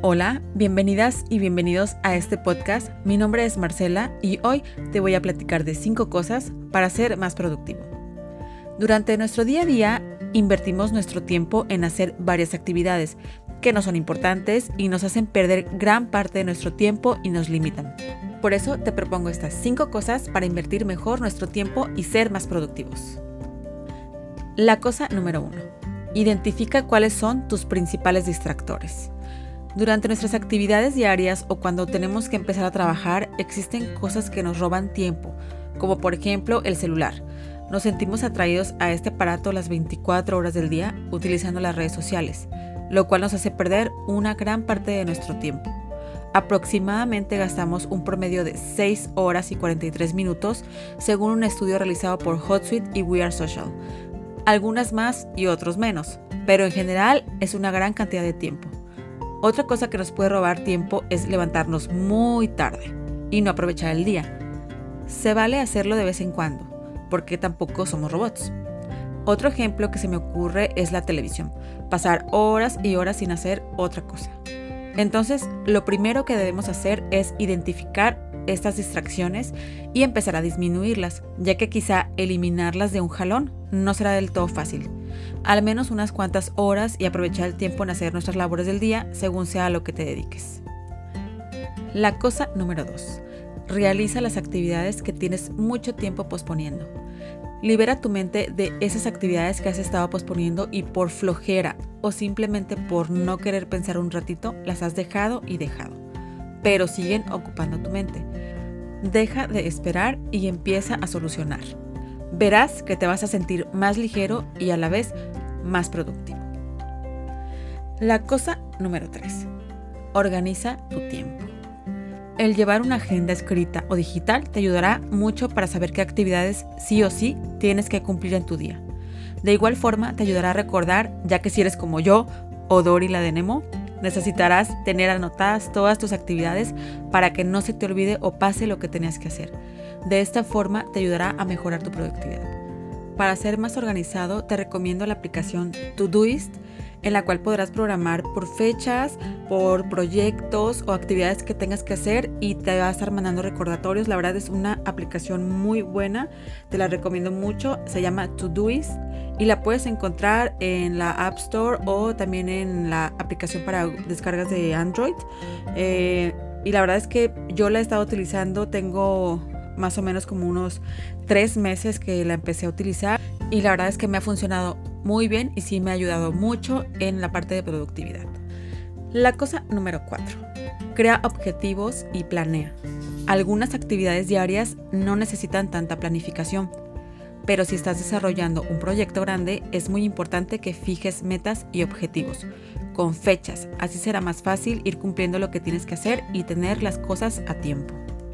Hola, bienvenidas y bienvenidos a este podcast. Mi nombre es Marcela y hoy te voy a platicar de 5 cosas para ser más productivo. Durante nuestro día a día, invertimos nuestro tiempo en hacer varias actividades que no son importantes y nos hacen perder gran parte de nuestro tiempo y nos limitan. Por eso te propongo estas 5 cosas para invertir mejor nuestro tiempo y ser más productivos. La cosa número 1. Identifica cuáles son tus principales distractores. Durante nuestras actividades diarias o cuando tenemos que empezar a trabajar, existen cosas que nos roban tiempo, como por ejemplo el celular. Nos sentimos atraídos a este aparato las 24 horas del día utilizando las redes sociales, lo cual nos hace perder una gran parte de nuestro tiempo. Aproximadamente gastamos un promedio de 6 horas y 43 minutos, según un estudio realizado por Hootsuite y We Are Social. Algunas más y otros menos, pero en general es una gran cantidad de tiempo. Otra cosa que nos puede robar tiempo es levantarnos muy tarde y no aprovechar el día. Se vale hacerlo de vez en cuando, porque tampoco somos robots. Otro ejemplo que se me ocurre es la televisión, pasar horas y horas sin hacer otra cosa. Entonces, lo primero que debemos hacer es identificar estas distracciones y empezar a disminuirlas, ya que quizá eliminarlas de un jalón no será del todo fácil. Al menos unas cuantas horas y aprovechar el tiempo en hacer nuestras labores del día según sea a lo que te dediques. La cosa número 2. Realiza las actividades que tienes mucho tiempo posponiendo. Libera tu mente de esas actividades que has estado posponiendo y por flojera o simplemente por no querer pensar un ratito las has dejado, pero siguen ocupando tu mente. Deja de esperar y empieza a solucionar. Verás que te vas a sentir más ligero y a la vez más productivo. La cosa número 3. Organiza tu tiempo. El llevar una agenda escrita o digital te ayudará mucho para saber qué actividades sí o sí tienes que cumplir en tu día. De igual forma te ayudará a recordar, ya que si eres como yo o Dory la de Nemo, necesitarás tener anotadas todas tus actividades para que no se te olvide o pase lo que tenías que hacer. De esta forma te ayudará a mejorar tu productividad. Para ser más organizado, te recomiendo la aplicación Todoist, en la cual podrás programar por fechas, por proyectos o actividades que tengas que hacer y te va a estar mandando recordatorios. La verdad es una aplicación muy buena, te la recomiendo mucho. Se llama Todoist y la puedes encontrar en la App Store o también en la aplicación para descargas de Android. Y la verdad es que yo la he estado utilizando, tengo más o menos como unos 3 meses que la empecé a utilizar y la verdad es que me ha funcionado muy bien y sí me ha ayudado mucho en la parte de productividad. La cosa número 4. Crea objetivos y planea. Algunas actividades diarias no necesitan tanta planificación, pero si estás desarrollando un proyecto grande, es muy importante que fijes metas y objetivos con fechas. Así será más fácil ir cumpliendo lo que tienes que hacer y tener las cosas a tiempo.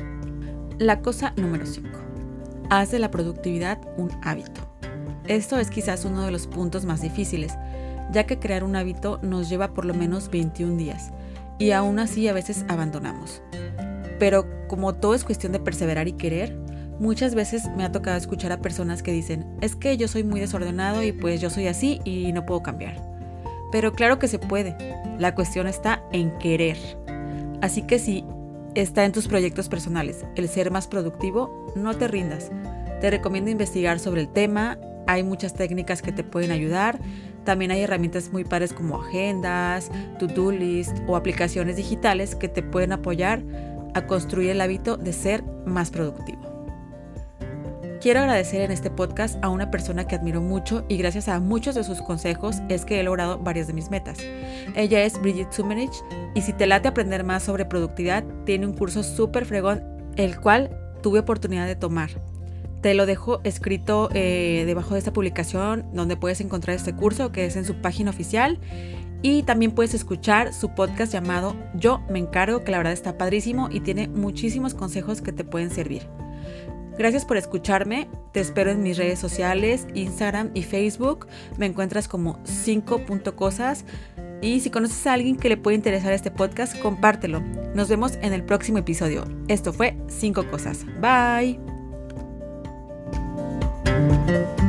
La cosa número 5. Haz de la productividad un hábito. Esto es quizás uno de los puntos más difíciles, ya que crear un hábito nos lleva por lo menos 21 días y aún así a veces abandonamos. Pero como todo es cuestión de perseverar y querer, muchas veces me ha tocado escuchar a personas que dicen, es que yo soy muy desordenado y pues yo soy así y no puedo cambiar. Pero claro que se puede, la cuestión está en querer. Así que si está en tus proyectos personales el ser más productivo, no te rindas. Te recomiendo investigar sobre el tema. Hay muchas técnicas que te pueden ayudar. También hay herramientas muy padres como agendas, to-do list o aplicaciones digitales que te pueden apoyar a construir el hábito de ser más productivo. Quiero agradecer en este podcast a una persona que admiro mucho y gracias a muchos de sus consejos es que he logrado varias de mis metas. Ella es Bridget Sumerich y si te late aprender más sobre productividad, tiene un curso súper fregón, el cual tuve oportunidad de tomar. Te lo dejo escrito debajo de esta publicación donde puedes encontrar este curso que es en su página oficial y también puedes escuchar su podcast llamado Yo Me Encargo, que la verdad está padrísimo y tiene muchísimos consejos que te pueden servir. Gracias por escucharme, te espero en mis redes sociales, Instagram y Facebook, me encuentras como 5.cosas y si conoces a alguien que le puede interesar este podcast, compártelo. Nos vemos en el próximo episodio. Esto fue 5 cosas. Bye.